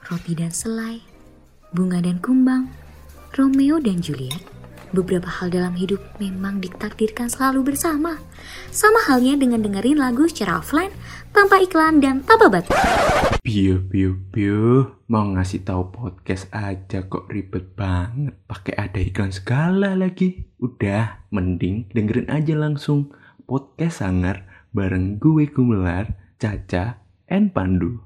roti dan selai, bunga dan kumbang, Romeo dan Juliet. Beberapa hal dalam hidup memang ditakdirkan selalu bersama. Sama halnya dengan dengerin lagu secara offline, tanpa iklan dan tanpa batas. Piu, mau ngasih tahu podcast aja kok ribet banget. Pakai ada iklan segala lagi. Udah, mending dengerin aja langsung podcast Sangar bareng gue Gumelar, Caca, and Pandu.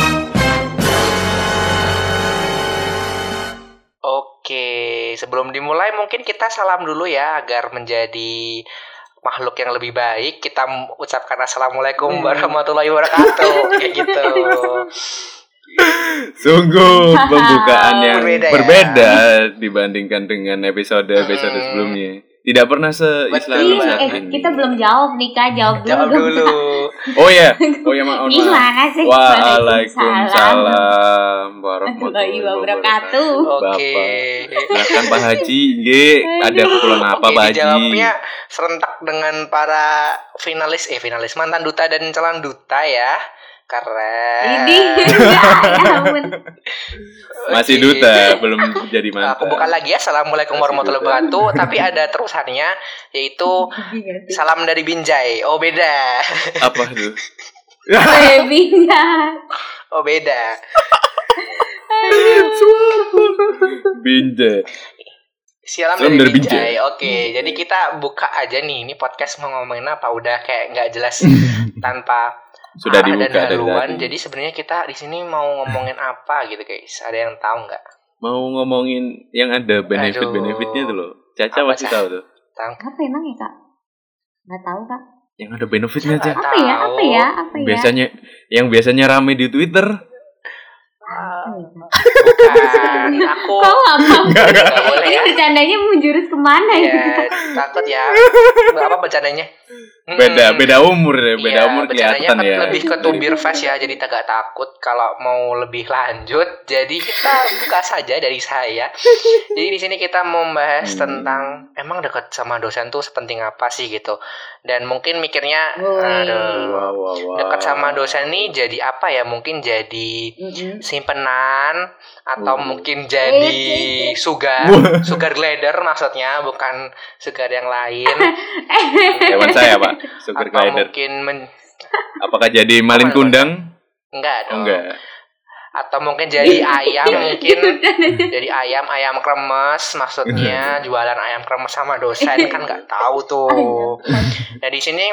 Oke, sebelum dimulai mungkin kita salam dulu ya agar menjadi makhluk yang lebih baik. Kita ucapkan assalamualaikum warahmatullahi wabarakatuh kayak gitu. Sungguh pembukaan yang berbeda ya? Dibandingkan dengan episode sebelumnya. Tidak pernah se-Islami saat ini. Kita belum jawab nih Kak, jawab dulu. Oh ya, maaf. Gimana sih? Waalaikumsalam warahmatullahi wabarakatuh. Oke. Silakan Pak Haji, ada keperluan apa Pak Haji? Dijawabnya serentak dengan para finalis mantan duta dan calon duta ya. Keren. Masih duta, belum jadi mantan. Aku buka lagi ya. Assalamualaikum warahmatullahi wabarakatuh. Tapi ada terusannya, yaitu salam dari Binjai. Oh beda. Apa tuh? Binjai. Oh beda. Binjai. Salam dari Binjai. Oke, jadi kita buka aja nih. Ini podcast mau ngomongin apa? Udah kayak nggak jelas tanpa sudah dibuka dan haluan. dari jadi sebenarnya kita di sini mau ngomongin apa gitu guys? Ada yang tahu nggak? Mau ngomongin yang ada benefitnya tuh loh. Caca pasti tahu tuh. Apa emang ya Kak? Nggak tahu Kak. Yang ada benefitnya aja. Apa ya? Biasanya rame di Twitter. Bukan aku. Nggak boleh ya. Ini bercandanya menjurus kemana ya? Takut ya. Apa bercandanya? Beda umur ya, umur kelihatan kan ya. Lebih ke tubir fast ya, jadi agak takut kalau mau lebih lanjut. Jadi kita buka saja dari saya. Jadi di sini kita mau membahas tentang emang dekat sama dosen tuh sepenting apa sih gitu. Dan mungkin mikirnya dekat sama dosen nih jadi apa ya? Mungkin jadi simpenan atau mungkin jadi sugar glider maksudnya, bukan sugar yang lain. Hewan saya Pak, sugar glider. Mungkin apakah jadi malin kundang? Enggak dong. Enggak. Atau mungkin jadi ayam, mungkin jadi ayam kremes, maksudnya jualan ayam kremes sama dosen kan nggak tahu tuh. Nah di sini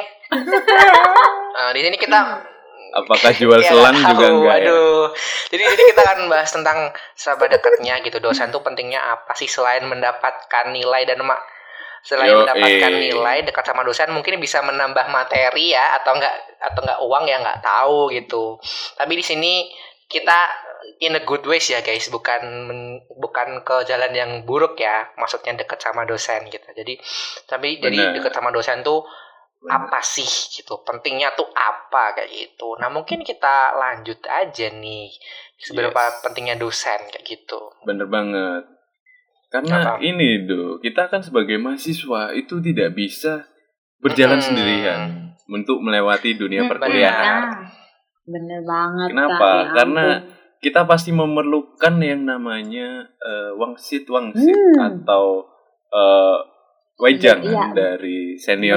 kita apakah jual selang juga enggak ya? Jadi kita akan bahas tentang sahabat dekatnya gitu. Dosen tuh pentingnya apa sih selain mendapatkan nilai dan mendapatkan nilai dekat sama dosen mungkin bisa menambah materi ya atau enggak uang ya nggak tahu gitu. Tapi di sini kita in a good ways ya guys, bukan ke jalan yang buruk ya. Maksudnya dekat sama dosen gitu. Jadi dekat sama dosen tuh apa sih gitu, pentingnya tuh apa kayak gitu. Nah mungkin kita lanjut aja nih seberapa pentingnya dosen kayak gitu. Bener banget. Karena ini kita kan sebagai mahasiswa itu tidak bisa berjalan sendirian untuk melewati dunia perkuliahan. Bener banget. Kenapa? Karena kita pasti memerlukan yang namanya wangsit atau wejangan dari senior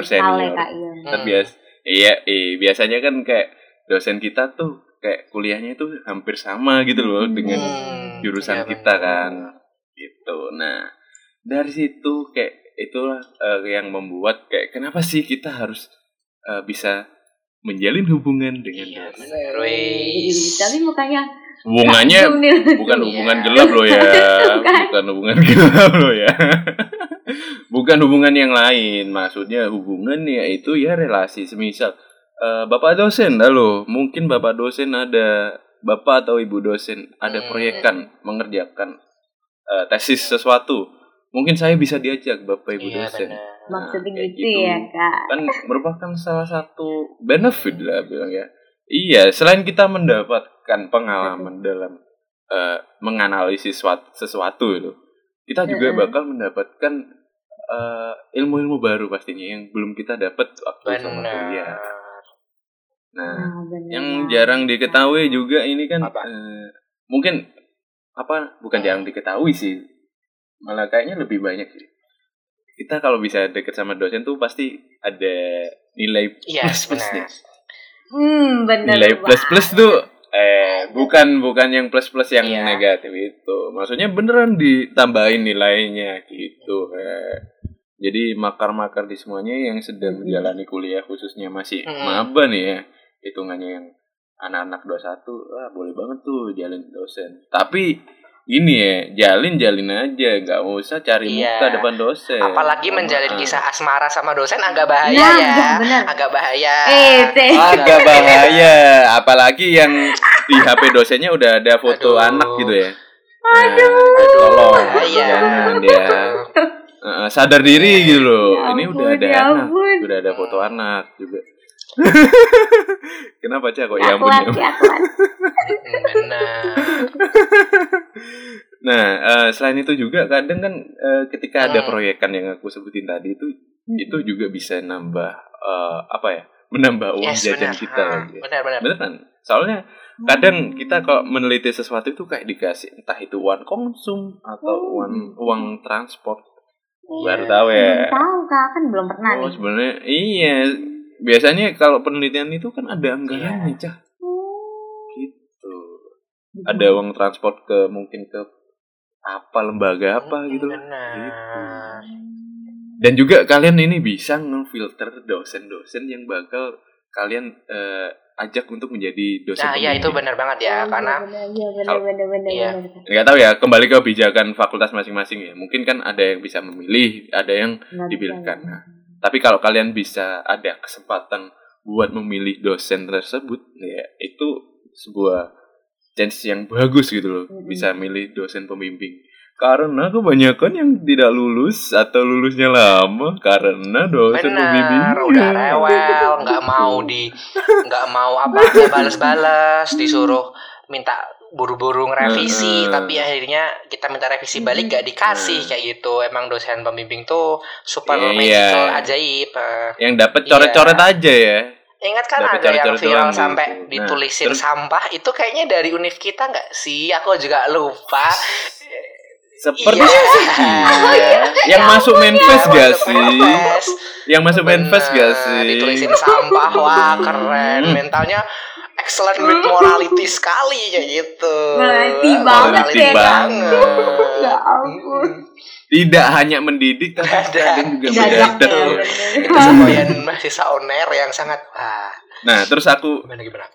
biasanya kan kayak dosen kita tuh kayak kuliahnya itu hampir sama gitu loh dengan jurusan kita kan gitu. Nah dari situ kayak itulah yang membuat kayak kenapa sih kita harus bisa menjalin hubungan dengan dosen. Tapi hubungannya bukan hubungan gelap loh ya. Bukan hubungan gelap loh ya. Bukan hubungan yang lain. Maksudnya hubungan ya itu ya relasi. Semisal Bapak dosen, mungkin Bapak dosen ada Bapak atau Ibu dosen ada proyekan mengerjakan tesis sesuatu. Mungkin saya bisa diajak Bapak Ibu dosen. Maksudnya gitu ya Kak. Kan merupakan salah satu benefit lah bilang ya. Iya, selain kita mendapatkan pengalaman dalam menganalisis sesuatu itu, kita juga bakal mendapatkan ilmu-ilmu baru pastinya yang belum kita dapat waktu sama kuliah. Nah, yang jarang diketahui juga ini kan mungkin bukan jarang diketahui sih, malah kayaknya lebih banyak sih. Kita kalau bisa deket sama dosen tuh pasti ada nilai plus-plusnya. Bener. Nilai plus-plus tuh bukan yang plus-plus yang negatif itu. Maksudnya beneran ditambahin nilainya gitu. Jadi makar-makar di semuanya yang sedang menjalani kuliah khususnya masih maba nih ya. Hitungannya yang anak-anak 21, boleh banget tuh jalin dosen. Tapi ini ya, jalin aja, nggak usah cari muka depan dosen. Apalagi menjalin kisah asmara sama dosen agak bahaya agak bahaya. Agak bahaya, apalagi yang di HP dosennya udah ada foto anak gitu ya. Tolong, jangan ya. Sadar diri gitu loh. Ini udah ada anak, udah ada foto anak juga. Kenapa Cak kok ya ampun? Benar. Nah, selain itu juga kadang kan ketika ada proyekan yang aku sebutin tadi itu juga bisa nambah menambah uang jajan kita. Benar kan? Soalnya kadang kita kalau meneliti sesuatu itu kayak dikasih entah itu uang konsum atau uang transport. Baru tahu ya. Tahu Kak, kan belum pernah nih. Sebenarnya iya. Biasanya kalau penelitian itu kan ada anggarannya, Cah. Gitu. Ada uang transport mungkin ke lembaga apa gitu. Gitu. Dan juga kalian ini bisa ngefilter dosen-dosen yang bakal kalian ajak untuk menjadi dosen. Nah, iya itu benar banget ya, karena benar. Nggak tahu ya, kembali ke kebijakan fakultas masing-masing ya. Mungkin kan ada yang bisa memilih, ada yang dipilihkan. Nah, tapi kalau kalian bisa ada kesempatan buat memilih dosen tersebut, ya itu sebuah chance yang bagus gitu loh, bisa milih dosen pembimbing. Karena kebanyakan yang tidak lulus atau lulusnya lama karena dosen pembimbing udah rewel, nggak mau balas-balas, disuruh minta buru-buru ngerevisi, tapi akhirnya kita minta revisi balik gak dikasih kayak gitu. Emang dosen pembimbing tuh super magical, ajaib. Yang dapat coret-coret aja ya. Ingat kan ada yang viral sampai ditulisin sampah, itu kayaknya dari univ kita nggak sih? Aku juga lupa. Seperti yang masuk manifest gak sih? Yang masuk manifest gak sih? Ditulisin sampah, wah keren. Mentalnya excellent with morality sekali kayak gitu. Morality banget. Ya ampun. Tidak hanya mendidik, tapi juga mendadak. Itu semboyan mahasiswa UNER yang sangat Nah, terus aku gimana?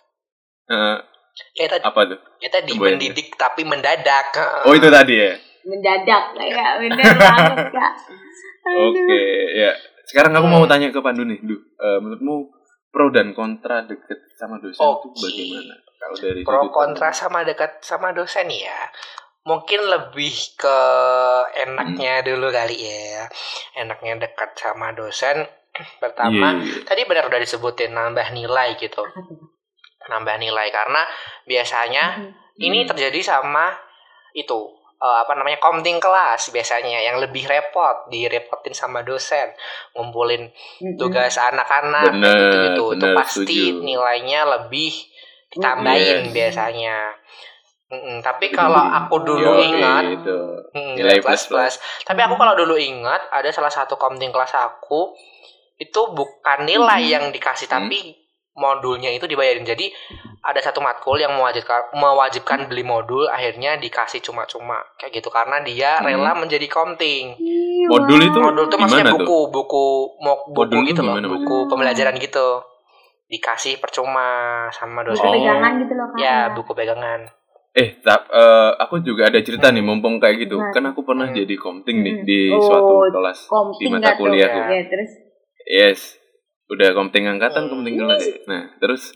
Apa tuh? Ya tadi mendidik tapi mendadak. Oh, itu tadi ya. Mendadak kayak bener banget Kak. Oke, ya. Sekarang aku mau tanya ke Pandu nih, menurutmu pro dan kontra deket sama dosen itu bagaimana? Kalau dari pro kontra sama dekat sama dosen ya, mungkin lebih ke enaknya dulu kali ya. Enaknya dekat sama dosen pertama, tadi benar udah disebutin nambah nilai gitu. Nambah nilai karena biasanya ini terjadi sama itu komting kelas biasanya yang lebih direpotin sama dosen, ngumpulin tugas anak-anak gitu. Itu pasti nilainya lebih ditambahin biasanya. Tapi kalau aku dulu ingat nilai plus. Tapi aku kalau dulu ingat ada salah satu komting kelas aku itu bukan nilai yang dikasih tapi modulnya itu dibayarin. Jadi ada satu matkul yang mewajibkan beli modul, akhirnya dikasih cuma-cuma kayak gitu karena dia rela menjadi komting. Modul tuh maksudnya buku gitu loh, buku pembelajaran gitu. Dikasih percuma sama dosen. Buku pegangan gitu loh kan. Ya, buku pegangan. Aku juga ada cerita nih mumpung kayak gitu. Kan aku pernah jadi komting nih di suatu kelas di mata kuliah tuh. Ya, terus yes. Udah komting angkatan, komting kelas ya. Nah, terus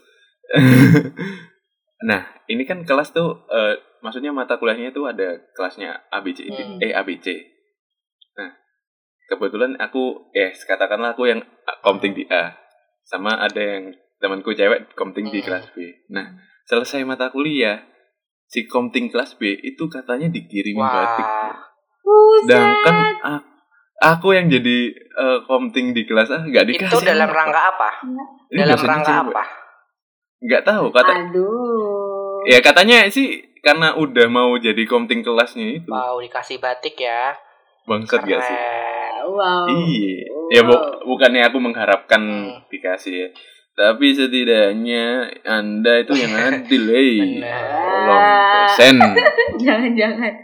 nah, ini kan kelas tuh maksudnya mata kuliahnya itu ada kelasnya ABC. Nah, kebetulan aku katakanlah aku yang komting di A. Sama ada yang temanku cewek komting di kelas B. Nah, selesai mata kuliah, si komting kelas B itu katanya dikirimin batik. Sedangkan aku yang jadi komting di kelas A nggak dikasih. Itu dalam rangka apa? Dalam rangka apa? Nggak tahu kata. Aduh. Ya katanya sih karena udah mau jadi komting kelasnya itu. Wow, dikasih batik ya. Bangsat gak sih? Wow. Iya. Ya bukannya aku mengharapkan dikasih ya. Tapi setidaknya Anda itu yang adil, tolong dosen. Jangan.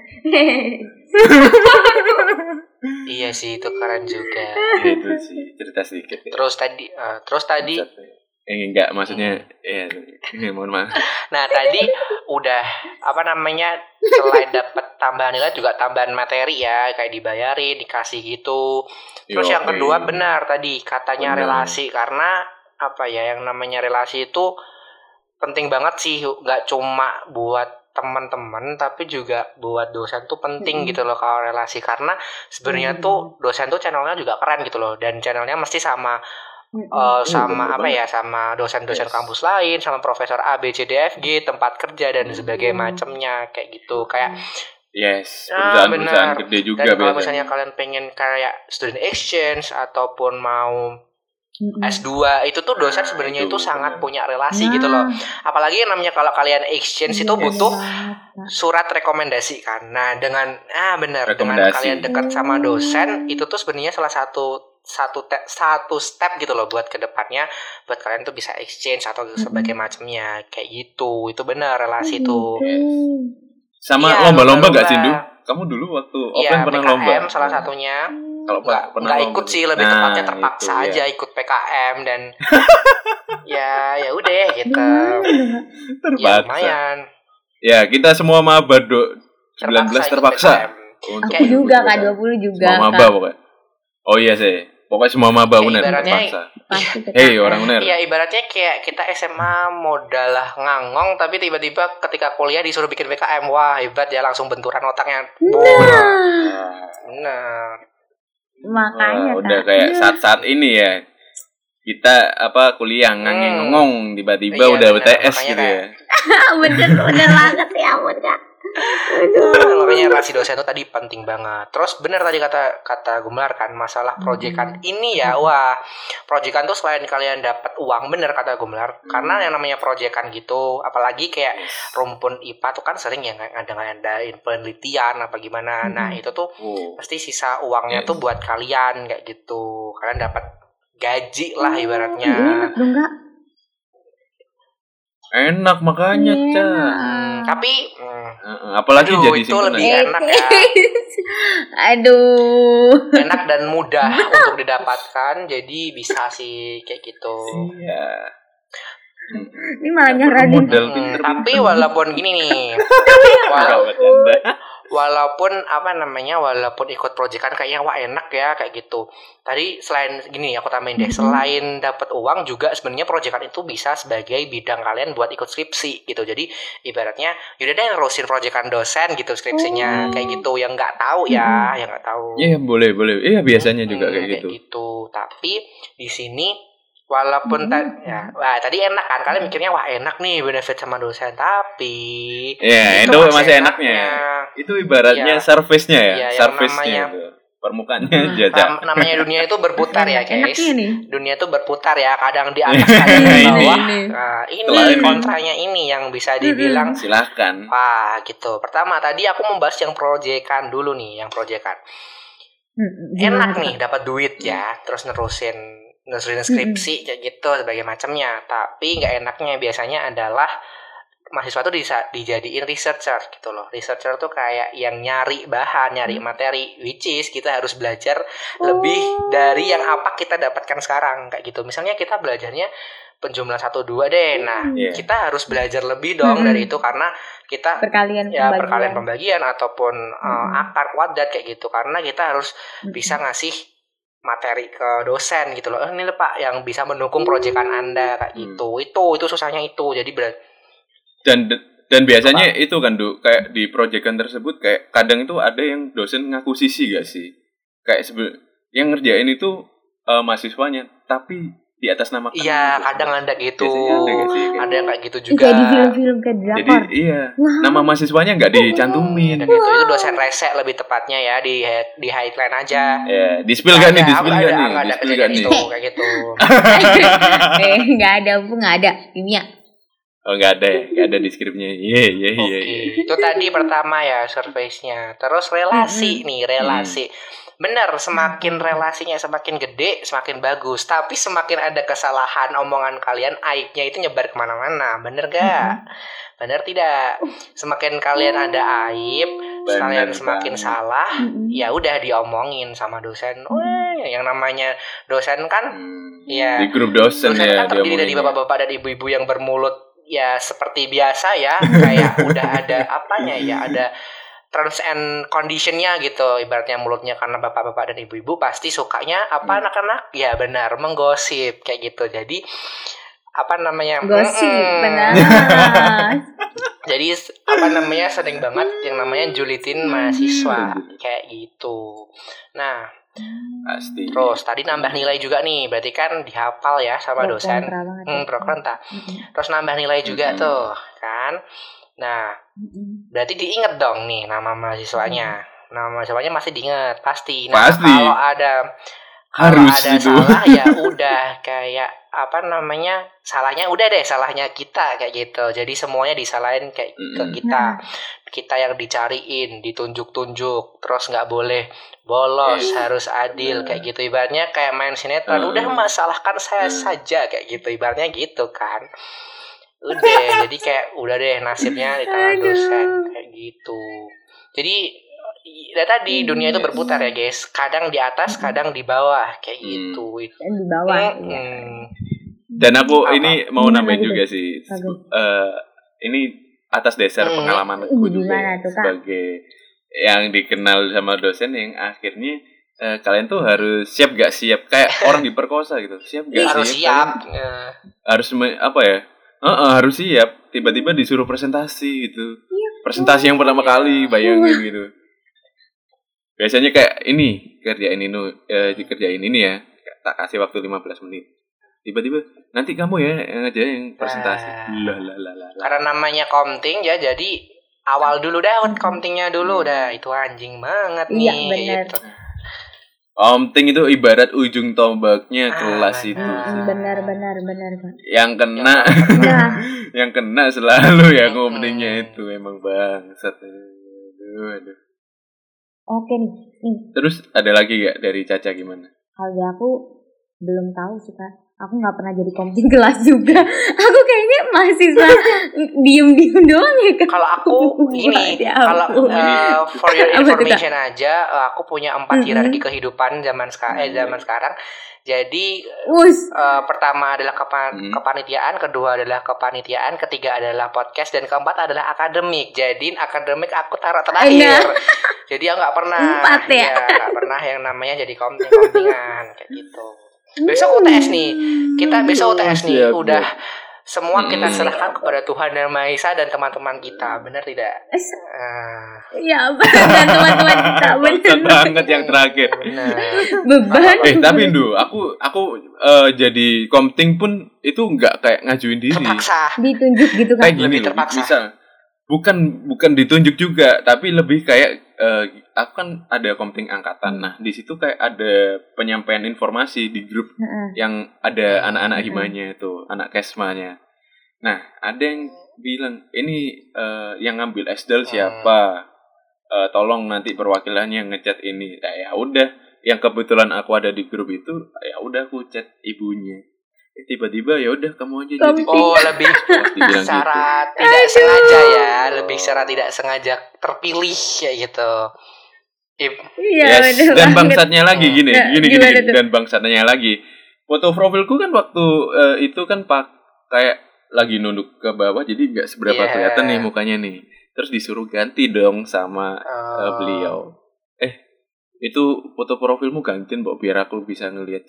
Iya sih, itu keren juga. Itu sih cerita sedikit. Ya. Terus tadi enggak, maksudnya ini mohon maaf. Nah, tadi udah selain dapat tambahan nilai juga tambahan materi ya, kayak dibayarin, dikasih gitu. Terus yang kedua benar tadi katanya relasi, karena yang namanya relasi itu penting banget sih, nggak cuma buat teman-teman tapi juga buat dosen tuh penting gitu loh kalau relasi, karena sebenarnya tuh dosen tuh channelnya juga keren gitu loh, dan channelnya mesti sama sama dosen-dosen kampus lain, sama profesor A B C D F G, tempat kerja dan sebagainya macamnya kayak gitu, kayak perusahaan gede juga. Dan kalau misalnya kalian pengen kayak student exchange ataupun mau S2, itu tuh dosen sebenarnya itu sangat punya relasi gitu loh. Apalagi yang namanya kalau kalian exchange itu butuh surat rekomendasi kan. Nah, dengan kalian dekat sama dosen, itu tuh sebenarnya salah satu step gitu loh buat kedepannya, buat kalian tuh bisa exchange atau sebagai macamnya kayak gitu. Itu benar relasi tuh. Sama lomba-lomba gak sih, Du? Kamu dulu waktu offline pernah PKM lomba? Salah satunya. Kalau nggak ikut sih, lebih tepatnya terpaksa aja ikut PKM dan ya udah gitu. Terpaksa. Ya lumayan. Ya, kita semua maba 19 terpaksa. Aku juga Kak, 20 juga. Semua maba pokoknya. Oh iya sih. Pokoknya semua maba benar terpaksa. Orang benar. Iya, ibaratnya kayak kita SMA modal lah ngangong, tapi tiba-tiba ketika kuliah disuruh bikin PKM. Wah, hebat ya, langsung benturan otaknya. Benar. Makanya udah kayak saat-saat ini ya. Kita kuliah ngangeng-ngongong, tiba-tiba udah UTS gitu ya. Bener banget ya, Kak. Makanya relasi dosen itu tadi penting banget. Terus benar tadi kata Gumelar kan, masalah proyekan ini ya. Wah, proyekan tuh selain kalian dapat uang, bener kata Gumelar, karena yang namanya proyekan gitu, apalagi kayak rumpun IPA tuh kan sering ya ngadain penelitian apa gimana. Nah, itu tuh pasti sisa uangnya tuh buat kalian kayak gitu. Kalian dapat gaji lah ibaratnya. Enak dong, Kak. Enak makanya, tapi apalagi jadi itu lebih enak ya. Enak dan mudah untuk didapatkan, jadi bisa sih kayak gitu. Iya. Ini malah nyaranin. Tapi walaupun gini nih, walaupun ikut proyekan kayaknya enak ya kayak gitu. Tadi selain gini aku tambahin deh, selain dapat uang juga sebenarnya proyekan itu bisa sebagai bidang kalian buat ikut skripsi gitu. Jadi ibaratnya yaudah deh nerusin proyekan dosen gitu skripsinya kayak gitu, yang nggak tahu ya, yang nggak tahu. Iya, boleh. Iya, biasanya juga kayak gitu. Tapi di sini walaupun tadi enak kan, kalian mikirnya enak nih benefit sama dosen, tapi itu masih enaknya. Itu ibaratnya service-nya ya, service-nya itu. Permukaannya jajak. Namanya dunia itu berputar ya, guys. Dunia itu berputar ya, kadang di atas, kadang di bawah. Nah, ini kontranya ini yang bisa dibilang silahkan. Wah, gitu. Pertama tadi aku membahas yang proyekan dulu nih, Enak nih dapat duit ya, terus nerusin skripsi kayak gitu sebagai macamnya. Tapi nggak enaknya biasanya adalah mahasiswa tuh dijadiin researcher gitu loh. Researcher tuh kayak yang nyari bahan, nyari materi, which is kita harus belajar lebih dari yang apa kita dapatkan sekarang kayak gitu. Misalnya kita belajarnya penjumlahan 1, 2 deh. Nah, kita harus belajar lebih dong dari itu, karena kita perkalian pembagian ataupun akar kuadrat kayak gitu, karena kita harus bisa ngasih materi ke dosen gitu loh. Ini loh Pak yang bisa mendukung proyekan Anda kayak gitu. Itu susahnya itu. Jadi dan biasanya itu kan kayak di proyekan tersebut kayak kadang itu ada yang dosen ngaku sisi gak sih? Kayak yang ngerjain itu mahasiswanya, tapi di atas nama kamu. Iya, kadang ada gitu. Ada yang kayak gitu juga. Jadi film-film kayak drakor. Jadi nama mahasiswanya nggak dicantumin. Gitu. Itu dosen rese lebih tepatnya ya, di highline aja. Ya, di-spill kan nih, Ada kejadian itu kayak gitu. Nggak ada kimia. Oh nggak ada di skripnya. Iya. Itu tadi pertama ya surface-nya. Terus relasi nih, relasi. Benar, semakin relasinya semakin gede, semakin bagus. Tapi semakin ada kesalahan omongan kalian, aibnya itu nyebar kemana-mana. Bener gak? Bener tidak? Semakin kalian ada aib, kalian semakin salah, ya udah diomongin sama dosen. Yang namanya dosen kan, ya di grup dosen ya, kan terdiri dari bapak-bapak dan ibu-ibu yang bermulut ya seperti biasa ya, kayak udah ada apanya ya, ada terms and conditionnya gitu, ibaratnya mulutnya karena bapak-bapak dan ibu-ibu pasti sukanya apa anak-anak ya benar menggosip kayak gitu. Jadi apa namanya gosip benar. Jadi apa namanya sering banget yang namanya julitin mahasiswa kayak gitu. Nah pasti. Terus tadi nambah nilai juga nih, berarti kan dihafal ya sama dosen. Pro kontra. Terus nambah nilai juga tuh, kan? Nah, berarti diinget dong nih nama mahasiswanya. Nama mahasiswanya masih diinget, pasti. Nah, kalau ada salah ya udah kayak apa namanya salahnya udah deh salahnya kita kayak gitu. Jadi semuanya disalahin kayak ke kita yang dicariin, ditunjuk-tunjuk, terus nggak boleh bolos, harus adil kayak gitu. Ibaratnya kayak main sinetron, udah masalahkan saya saja kayak gitu. Ibaratnya gitu kan. Udah, jadi kayak udah deh nasibnya di tangan dosen kayak gitu. Jadi ya tadi dunia itu berputar ya guys, kadang di atas, kadang di bawah kayak gitu. Dan di bawah. Dan aku ini mau nambahin juga sih. Ini atas dasar pengalaman aku juga sebagai yang dikenal sama dosen yang akhirnya kalian tuh harus siap gak siap kayak orang diperkosa gitu. Siap gak harus siap. Harus apa ya? Harus siap. Tiba-tiba disuruh presentasi gitu. Presentasi yang pertama kali, bayangin gitu. Biasanya kayak ini dikerjain ini ya, tak kasih waktu 15 menit. Tiba-tiba nanti kamu ya yang aja yang presentasi. Karena namanya komting ya, jadi awal dulu dah komtingnya dulu dah. Itu anjing banget nih. Iya benar. Gitu. Komting itu ibarat ujung tombaknya kelas itu. Benar. Yang kena, yang kena selalu ya komtingnya itu emang bangsat. Aduh. Oke nih. Terus ada lagi gak dari Caca gimana? Kalau aku belum tahu sih Kak. Aku nggak pernah jadi komting kelas juga. Aku kayaknya mahasiswa diem doang ya Kak. Kalau aku ini, for your information aja, aku punya 4 hierarki kehidupan zaman sekarang. Jadi pertama adalah kepanitiaan, kedua adalah kepanitiaan, ketiga adalah podcast, dan keempat adalah akademik. Jadi akademik aku taruh terakhir. Jadi aku nggak pernah, nggak pernah yang namanya jadi komtingan kayak gitu. Besok UTS nih, kita besok UTS nih, udah semua kita serahkan kepada Tuhan Yang Maha Esa dan teman-teman kita, benar tidak? Ya benar, dan teman-teman kita benar banget yang terakhir. Beban. Tapi aku jadi komting pun itu nggak kayak ngajuin diri. Terpaksa. Ditunjuk gitu kan? Kayak gini loh, bisa. Bukan ditunjuk juga, tapi lebih kayak aku kan ada komting angkatan. Nah, di situ kayak ada penyampaian informasi di grup yang ada anak-anak himanya itu, anak kesmanya. Nah, ada yang bilang, ini yang ngambil SDL siapa? Tolong nanti perwakilannya ngechat ini. Nah, ya udah, yang kebetulan aku ada di grup itu, ya udah aku chat ibunya. Tiba-tiba ya udah kamu aja jadi lebih secara gitu. Tidak sengaja ya, lebih secara tidak sengaja terpilih ya gitu. Yes. Dan bangsatnya lagi gini. Dan bangsatnya lagi, foto profilku kan waktu itu kan kayak lagi nunduk ke bawah, jadi nggak seberapa kelihatan nih mukanya nih. Terus disuruh ganti dong sama beliau. Itu foto profilmu gantiin Mbok biar aku bisa ngelihat.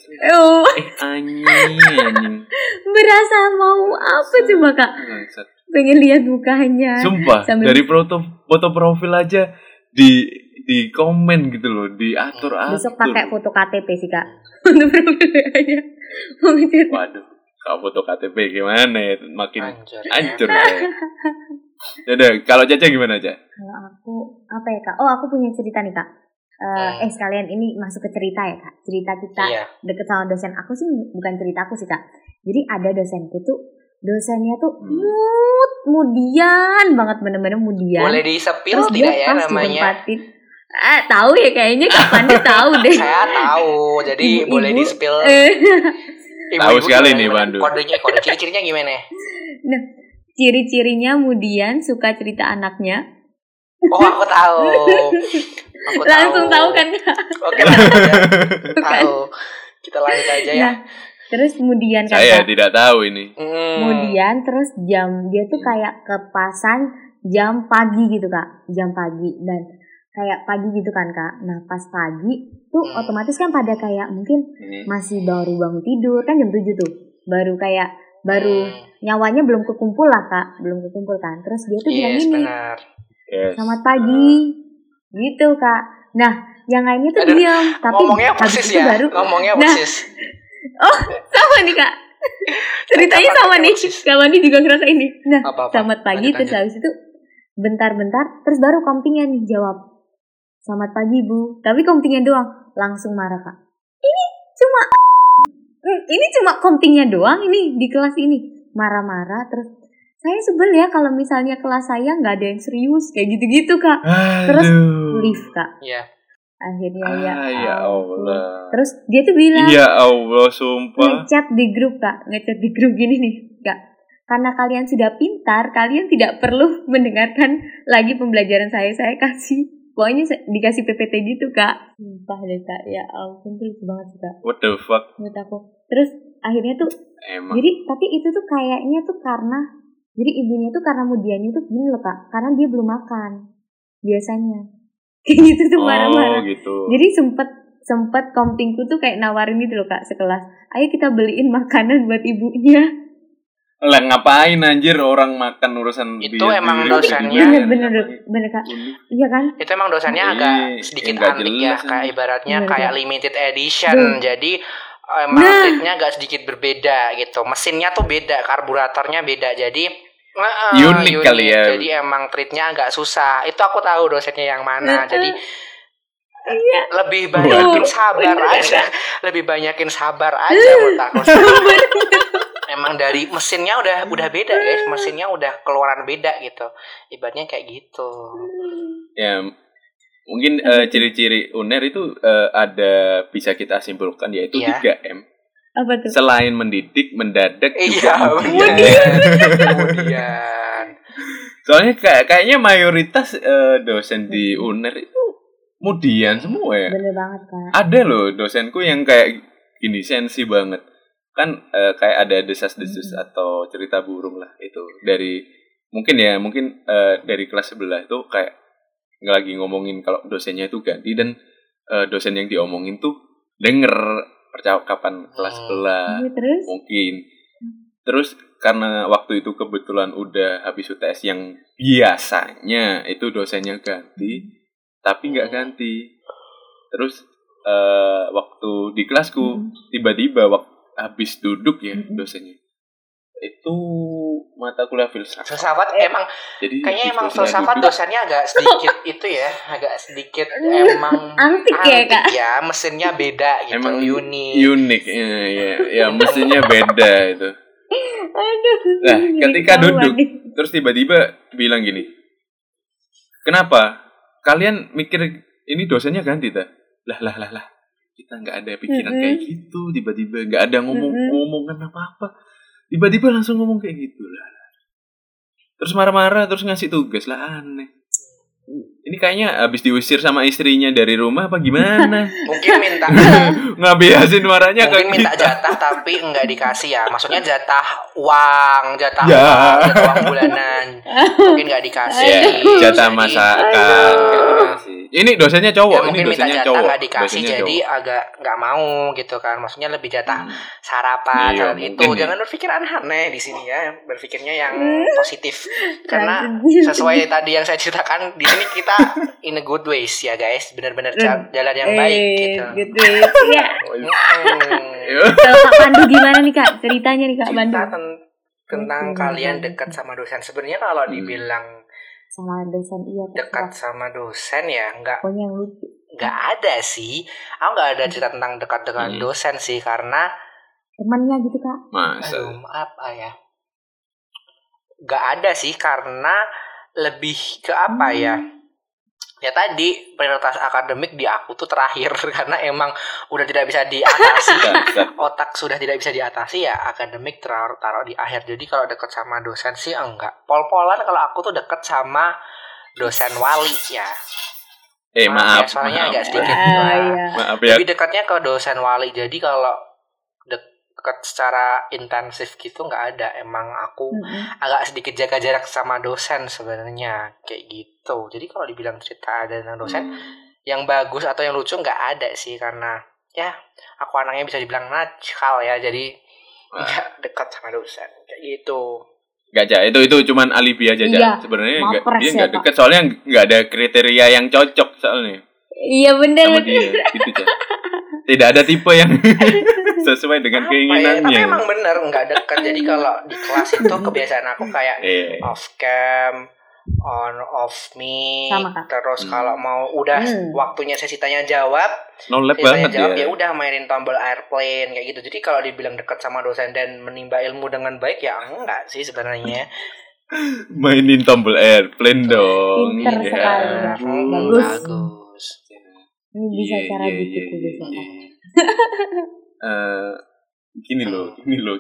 Anjing. Berasa mau apa coba Kak? Pengen lihat mukanya. Sumpah, dari foto profil aja di komen gitu loh, diatur. Besok pakai foto KTP sih Kak. Foto profil aja. Waduh, kalau foto KTP gimana ya? Makin hancur ya. Udah, kalau Caca gimana aja? Kalau aku apa ya Kak? Aku punya cerita nih Kak. Sekalian ini masuk ke cerita ya Kak. Cerita kita deket sama dosen aku sih bukan cerita aku sih Kak. Jadi ada dosenku tuh Dosennya tuh mudian banget, bener-bener mudian. Boleh di-spill tidak ya namanya? Tahu ya kayaknya Kak Pandi tahu deh. Saya tahu, jadi ibu-ibu, boleh di-spill. Tahu sekali nih Pandu. Kode ciri-cirinya gimana? Nah, ciri-cirinya mudian, suka cerita anaknya. Oh, aku tahu. Langsung tahu kan Kak? Oke, lanjut aja. Tahu. Kita lanjut aja ya. Nah, terus kemudian kan saya tidak tahu ini. Kemudian terus dia tuh kayak kepasan jam pagi gitu Kak, jam pagi dan kayak pagi gitu kan Kak. Nah pas pagi tuh otomatis kan pada kayak mungkin masih baru bangun tidur kan jam 7 tuh, baru nyawanya belum kekumpul lah Kak, belum kekumpul kan. Terus dia tuh bilang gini, selamat pagi gitu Kak. Nah yang lainnya tuh diam, tapi ngomongnya persis ya, baru ngomongnya persis. Oh sama nih Kak, ceritanya sama nih, Kak Mandi juga ngerasa ini. Nah selamat pagi, terus habis itu bentar-bentar terus baru kontingen nih jawab selamat pagi Bu, tapi kontingen doang. Langsung marah Kak, ini cuma kontingen doang ini di kelas ini, marah-marah. Terus saya sebel ya kalau misalnya kelas saya nggak ada yang serius kayak gitu-gitu Kak. Terus leave Kak. Akhirnya ya Allah. Terus dia tuh bilang, ya Allah sumpah, ngechat di grup Kak, ngechat di grup gini nih Kak, karena kalian sudah pintar, kalian tidak perlu mendengarkan lagi pembelajaran saya kasih, pokoknya dikasih PPT gitu Kak. Sumpah deh Kak, ya ampun tuh banget sih Kak. What the fuck? Menurut aku. Terus akhirnya tuh jadi tapi itu tuh kayaknya tuh karena jadi ibunya tuh karena mudiannya tuh gini loh Kak, karena dia belum makan biasanya. Kayak gitu tuh marah-marah. Gitu. Jadi sempet komtingku tuh kayak nawarin gitu loh Kak sekelas, ayo kita beliin makanan buat ibunya. Lah ngapain anjir orang makan urusan itu emang dosennya bener Kak. Iya kan? Itu emang dosennya agak sedikit antik ya, kayak ibaratnya kayak limited edition. Jadi emang treatnya agak sedikit berbeda gitu. Mesinnya tuh beda, karburatornya beda. Jadi unik kali ya. Jadi emang treatnya agak susah. Itu aku tahu dosennya yang mana. Jadi lebih banyakin sabar aja. Lebih banyakin sabar aja menurut aku. Emang dari mesinnya udah beda guys. Mesinnya udah keluaran beda gitu. Ibaratnya kayak gitu. Ya mungkin ciri-ciri UNER itu ada bisa kita simpulkan yaitu 3M. Apa tuh? Selain mendidik, mendadak juga kemudian. Soalnya kayaknya mayoritas dosen di UNER itu mudian semua ya. Bener banget Kak. Ada loh dosenku yang kayak gini sensi banget. Kan kayak ada desas-desus atau cerita burung lah itu dari mungkin dari kelas sebelah itu kayak lagi ngomongin kalau dosennya itu ganti dan dosen yang diomongin tuh denger percakapan kelas sebelah mungkin. Terus karena waktu itu kebetulan udah habis UTS yang biasanya itu dosennya ganti, tapi nggak ganti. Terus waktu di kelasku tiba-tiba habis duduk ya dosennya itu mata kuliah filsafat emang jadi kayaknya emang filsafat dosennya agak sedikit itu ya agak sedikit emang antik ya mesinnya beda gitu, emang unik ya mesinnya beda itu. Nah ketika duduk terus tiba-tiba bilang gini, kenapa kalian mikir ini dosennya ganti tak? Lah kita nggak ada pikiran kayak gitu, tiba-tiba nggak ada ngomongan apa-apa, tiba-tiba langsung ngomong kayak gitu lah. Terus marah-marah, terus ngasih tugas lah, aneh. Ini kayaknya habis diusir sama istrinya dari rumah apa gimana? Mungkin minta ngabiasin marahnya ke kita. Mungkin minta jatah tapi enggak dikasih ya. Maksudnya jatah uang bulanan. Mungkin enggak dikasih. Jatah masakan. Ini dosennya cowok, ya, ini dosennya jatah cowok. Enggak dikasih jadi agak enggak mau gitu kan. Maksudnya lebih jatah sarapan itu. Jangan berpikir aneh-aneh di sini ya. Berpikirnya yang positif. Karena sesuai tadi yang saya ceritakan di sini kita in a good ways ya guys, benar-benar jalan yang baik gitu. Good ways ya. Kalau Kak Pandu gimana nih Kak ceritanya nih Kak Pandu? Tentang kalian dekat sama dosen. Sebenarnya kalau dibilang sama dosen dekat sama dosen ya nggak ada sih. Aku nggak ada cerita tentang dekat dengan dosen sih karena temannya gitu Kak. Masa? Apa ya? gak ada sih, karena lebih ke apa ya? Ya tadi prioritas akademik di aku tuh terakhir karena emang udah tidak bisa diatasi. Otak sudah tidak bisa diatasi, ya akademik taruh di akhir. Jadi kalau deket sama dosen sih enggak. Pol-polan kalau aku tuh deket sama dosen wali ya. Maaf. Ya, soalnya agak sedikit. Maaf ya. Lebih dekatnya ke dosen wali. Jadi kalau deket secara intensif gitu nggak ada. Emang aku agak sedikit jaga jarak sama dosen sebenarnya kayak gitu. Jadi kalau dibilang cerita ada dengan dosen yang bagus atau yang lucu nggak ada sih, karena ya aku anaknya bisa dibilang nakal ya, jadi nggak dekat sama dosen kayak gitu. Gak aja, itu cuman alibi aja sebenarnya dia nggak dekat, soalnya nggak ada kriteria yang cocok soalnya. Iya benar. Gitu, tidak ada tipe yang sesuai dengan keinginannya. Tapi emang bener nggak dekat. Jadi kalau di kelas itu kebiasaan aku kayak off cam, on off mic. Terus kalau mau udah waktunya sesi tanya jawab, ya udah mainin tombol airplane kayak gitu. Jadi kalau dibilang dekat sama dosen dan menimba ilmu dengan baik, ya enggak sih sebenarnya. Mainin tombol airplane dong. Pinter sekali. Bagus. Ini bisa cara gitu besok. Gini loh.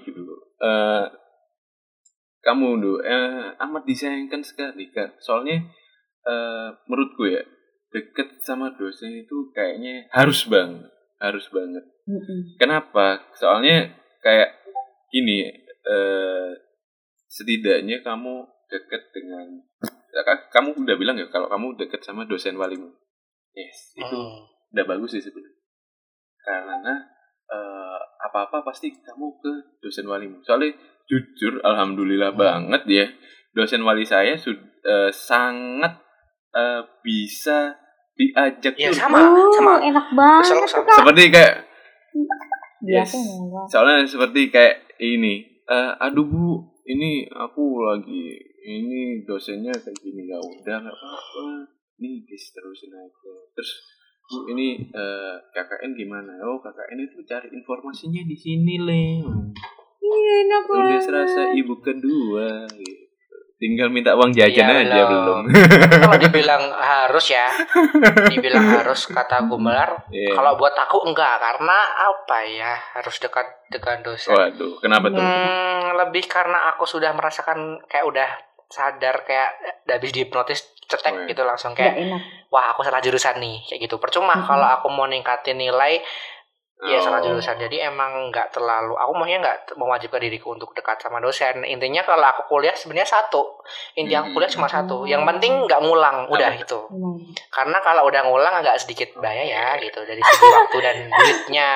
Kamu amat disayangkan sekali kan. Soalnya menurutku ya, deket sama dosen itu kayaknya harus banget. Kenapa? Soalnya kayak gini, setidaknya kamu deket dengan, kamu udah bilang ya kalau kamu deket sama dosen walimu. Yes, itu udah bagus sih sebenarnya. Karena apa-apa pasti kamu ke dosen walimu. Soalnya jujur, alhamdulillah banget ya, dosen wali saya sangat bisa diajak. Ya sama. Enak banget. Seperti kayak biasa. Soalnya seperti kayak ini, aduh Bu, ini aku lagi, ini dosennya kayak gini, ya udah nggak apa-apa, nih guys terusin aja. Terus Bu, ini KKN gimana? Oh, KKN itu cari informasinya di sini Enak banget. Udah serasa ibu kedua gitu. Tinggal minta uang jajan aja belum. Kalau dibilang harus ya, kata Gumelar. Kalau buat aku enggak, karena apa ya, harus dekat dengan dosen. Waduh, kenapa tuh? Lebih karena aku sudah merasakan kayak udah sadar, kayak habis dihipnotis cetek gitu langsung kayak, wah aku salah jurusan nih kayak gitu. Percuma kalau aku mau ningkatin nilai. Ya salah jurusan. Jadi emang nggak terlalu, aku maunya nggak mewajibkan diriku untuk dekat sama dosen. Intinya kalau aku kuliah sebenarnya satu, inti aku kuliah cuma satu, yang penting nggak ngulang, udah gitu. Karena kalau udah ngulang agak sedikit bahaya ya gitu, dari segi waktu dan duitnya.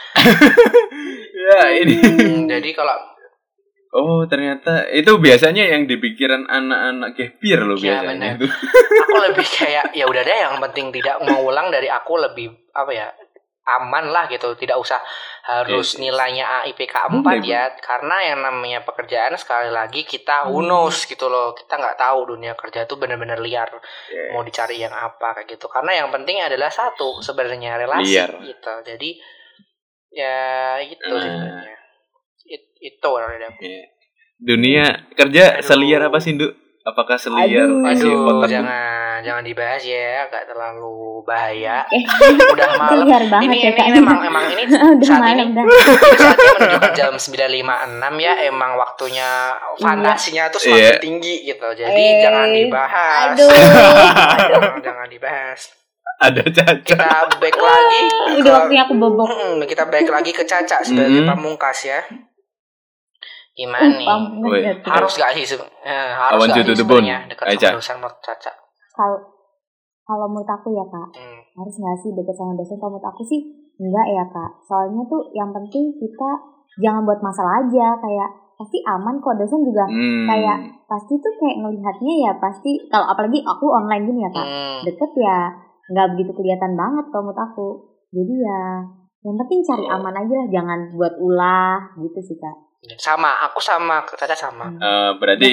Ya ini. Jadi kalau ternyata itu biasanya yang dipikiran anak-anak gapir loh biasanya. Itu. Aku lebih kayak ya udah deh, yang penting tidak mau ulang, dari aku lebih apa ya, aman lah gitu, tidak usah harus nilainya IPK 4 ya, karena yang namanya pekerjaan sekali lagi kita who knows gitu loh, kita nggak tahu dunia kerja itu benar-benar liar, mau dicari yang apa kayak gitu. Karena yang penting adalah satu sebenarnya, relasi gitu. Jadi ya itu sebenarnya itu orang dunia kerja seliar apa sih, Nduk? Apakah seliar? Jangan dibahas ya, agak terlalu bahaya. Udah malam. Ini memang ini saat ini menunjukkan jam 9.56 ya, emang waktunya fantasinya tuh semakin tinggi gitu. Jadi jangan dibahas. Jangan dibahas. Ada Caca. Kita back lagi. Udah waktunya aku bobok. Kita back lagi ke Caca sebagai pamungkas ya. Gimana nih? Harus gak sih harus gak sih sebenarnya dekat sama dosen menurut Caca? Kalau menurut aku ya Kak, harus gak sih dekat sama dosen? Kalau menurut aku sih enggak ya Kak. Soalnya tuh yang penting kita jangan buat masalah aja, kayak pasti aman kok, dosen juga kayak pasti tuh kayak ngelihatnya ya pasti, kalau apalagi aku online gini ya Kak, deket ya nggak begitu kelihatan banget kalau menurut aku. Jadi ya yang penting cari aman aja lah, jangan buat ulah gitu sih Kak. Aku sama Caca sama. Berarti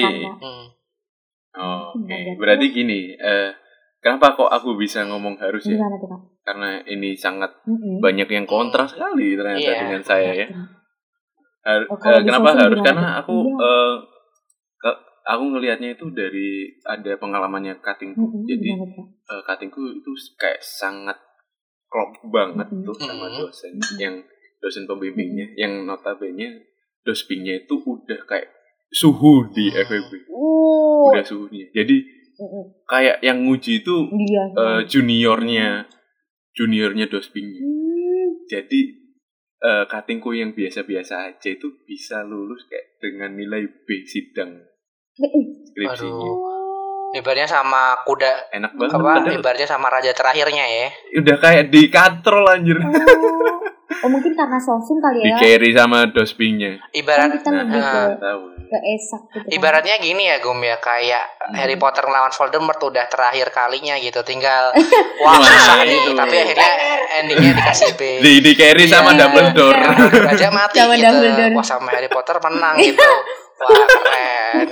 berarti gini, kenapa kok aku bisa ngomong harus ya? Gimana tuh, Kak? Karena ini sangat banyak yang kontra sekali ternyata dengan saya ya. Kenapa harus? Karena aku aku ngelihatnya itu dari ada pengalamannya katingku. Jadi katingku itu kayak sangat klop banget tuh sama dosen yang dosen pembimbingnya, yang notabene dospingnya itu udah kayak suhu di FEB. Udah suhunya. Jadi kayak yang nguji itu juniornya dospingnya. Jadi katingku yang biasa-biasa aja itu bisa lulus kayak dengan nilai B sidang skripsinya. Ibaratnya sama kuda. Enak banget. Ibaratnya sama raja terakhirnya ya. Udah kayak dikatrol anjir. Mungkin karena sosum kali ya. Di carry sama dospingnya. Ibarat kita lebih ke esak gitu. Ibaratnya gini ya Gum ya, kayak Harry Potter melawan Voldemort udah terakhir kalinya gitu, tinggal wah susah nih, tapi akhirnya endingnya dikasih B. Di carry sama Dumbledore. Raja mati gitu. Wah sama Harry Potter menang gitu. Wah keren.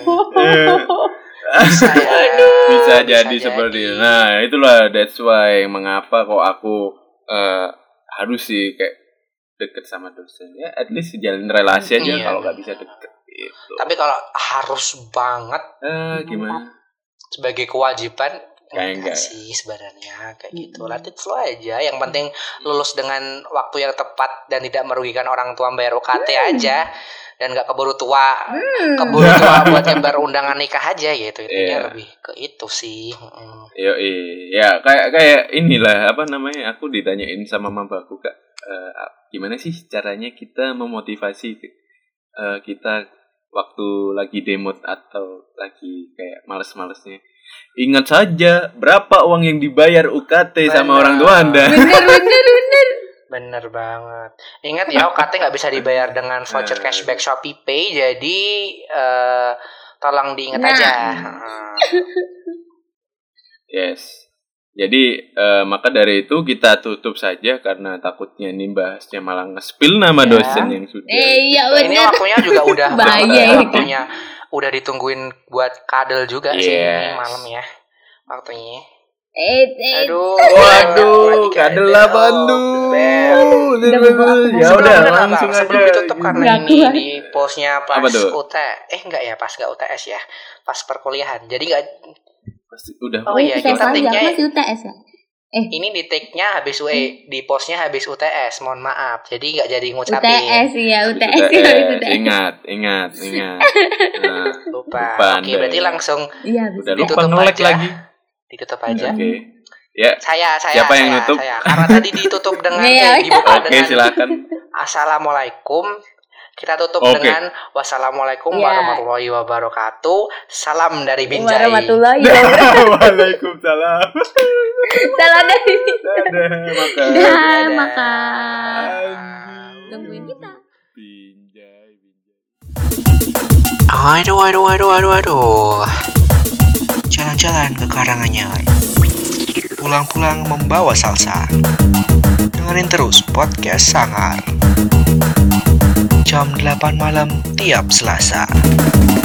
Bisa jadi seperti itu. Nah itulah that's why mengapa kok aku harus sih kayak deket sama dosen ya, at least jalin relasi aja. Kalau nggak bisa deket gitu. Tapi kalau harus banget gimana sebagai kewajiban kayak enggak sih sebenarnya kayak gitu. Let it flow aja, yang penting lulus dengan waktu yang tepat dan tidak merugikan orang tua bayar UKT aja. Dan gak keburu tua buat nyebar undangan nikah aja gitu. Intinya lebih ke itu sih. Ya kayak inilah apa namanya, aku ditanyain sama mamaku, Kak, gimana sih caranya kita memotivasi kita waktu lagi demot atau lagi kayak males-malesnya. Ingat saja berapa uang yang dibayar UKT sama orang tua Anda. Bener banget. Ingat ya, UKT nggak bisa dibayar dengan voucher cashback Shopee Pay, jadi tolong diingat aja. Yes. Jadi maka dari itu kita tutup saja karena takutnya nih bahasnya malah nge-spill nama dosen yang sudah. Ini waktunya juga udah waktunya udah ditungguin buat kadel juga sih ini malam ya waktunya. Waduh, kadel lah Bandung. Ya udah langsung aja. Sebelum ditutup karena ini di postnya pas pas nggak UTS ya, pas perkuliahan. Jadi nggak udah. Oh iya, kita take-nya masih UTS ya. Ini di take-nya habis di postnya habis UTS. Mohon maaf. Jadi nggak jadi ngucapin. UTS. Ingat. Lupa. Oke, berarti langsung. Iya, udah lupa nge-lag lagi. Ditutup aja. Oke. Ya. Siapa yang nutup? Karena tadi ditutup dengan dibuka dengan. Silakan. Assalamualaikum. Kita tutup dengan wassalamualaikum warahmatullahi wabarakatuh. Salam dari Binjai. Warahmatullahi wabarakatuh. Waalaikumsalam. Salam dari Binjai. Makan. Tungguin kita. Binjai. Aduh. Jalan-jalan ke Karanganyar, pulang-pulang membawa salsa. Dengerin terus podcast Sangar, jam 8 malam tiap Selasa.